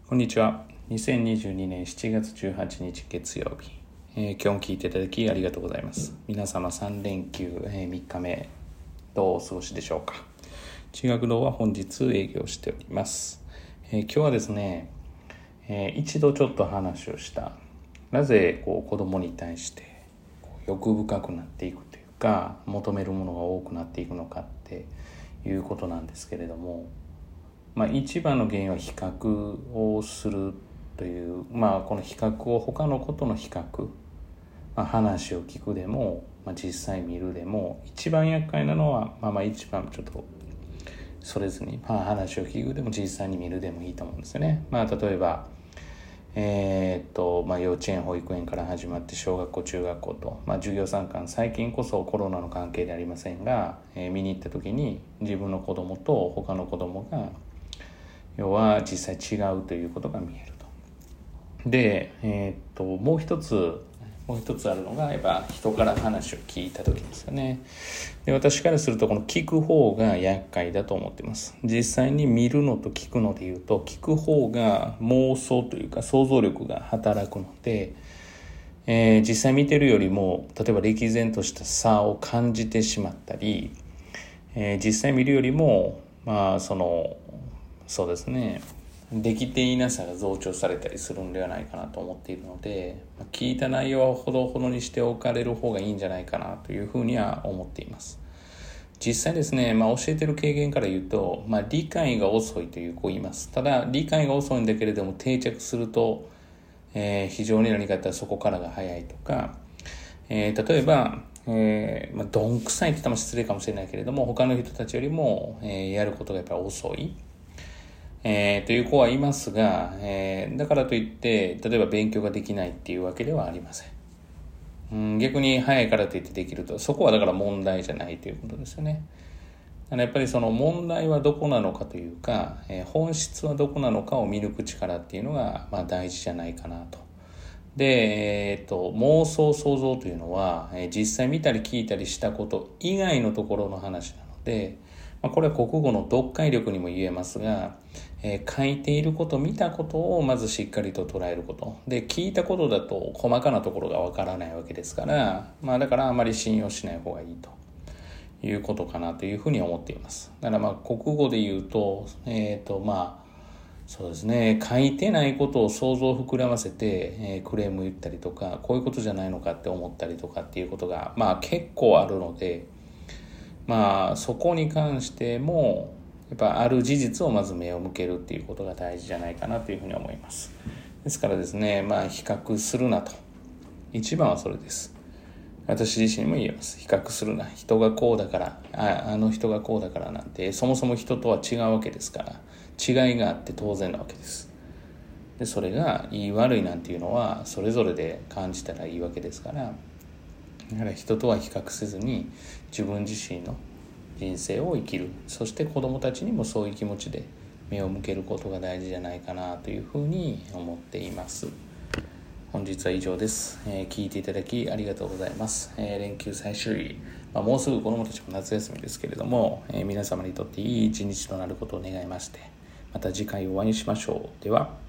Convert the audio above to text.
こんにちは。2022年7月18日月曜日、今日も聞いていただきありがとうございます。皆様3連休、3日目どうお過ごしでしょうか。地学堂は本日営業しております。今日はですね、一度ちょっと話をしたなぜ子供に対して欲深くなっていくというか求めるものが多くなっていくのかっていうことなんですけれども、一番の原因は比較をするという、この比較を他のことの比較、話を聞くでも、実際見るでも一番厄介なのは、一番ちょっとそれずに、話を聞くでも実際に見るでもいいと思うんですよね。例えば幼稚園保育園から始まって小学校中学校と、授業参観、最近こそコロナの関係でありませんが、見に行った時に自分の子供と他の子供が要は実際違うということが見えると。で、もう一つあるのがやっぱ人から話を聞いた時ですよね。で、私からするとこの聞く方が厄介だと思っています。実際に見るのと聞くのでいうと、聞く方が妄想というか想像力が働くので、実際見てるよりも例えば歴然とした差を感じてしまったり、実際見るよりもそうですね、できていなさが増長されたりするんではないかなと思っているので、聞いた内容はほどほどにしておかれる方がいいんじゃないかなというふうには思っています。実際ですね、教えてる経験から言うと、理解が遅いという子います。ただ理解が遅いんだけれども定着すると、非常に何かあったらそこからが早いとか、例えばどんくさいって言ったら失礼かもしれないけれども、他の人たちよりも、やることがやっぱり遅い、という子はいますが、だからといって例えば勉強ができないっていうわけではありません。逆に早いからといってできると、そこはだから問題じゃないということですよね。やっぱりその問題はどこなのかというか、本質はどこなのかを見抜く力っていうのが、大事じゃないかなと。で、妄想想像というのは、実際見たり聞いたりしたこと以外のところの話なので、これは国語の読解力にも言えますが、書いていること、見たことをまずしっかりと捉えることで、聞いたことだと細かなところがわからないわけですから、だからあまり信用しない方がいいということかなというふうに思っています。だから国語で言うと、そうですね、書いてないことを想像を膨らませて、クレーム言ったりとか、こういうことじゃないのかって思ったりとかっていうことが結構あるので、そこに関してもやっぱある事実をまず目を向けるっていうことが大事じゃないかなというふうに思います。ですからですね、比較するなと、一番はそれです。私自身も言えます。比較するな、人がこうだから、あの人がこうだからなんて、そもそも人とは違うわけですから、違いがあって当然なわけです。で、それがいい悪いなんていうのはそれぞれで感じたらいいわけですから、だから人とは比較せずに自分自身の人生を生きる、そして子どもたちにもそういう気持ちで目を向けることが大事じゃないかなというふうに思っています。本日は以上です。聞いていただきありがとうございます。連休最終日、もうすぐ子どもたちも夏休みですけれども、皆様にとっていい一日となることを願いまして、また次回お会いしましょう。では。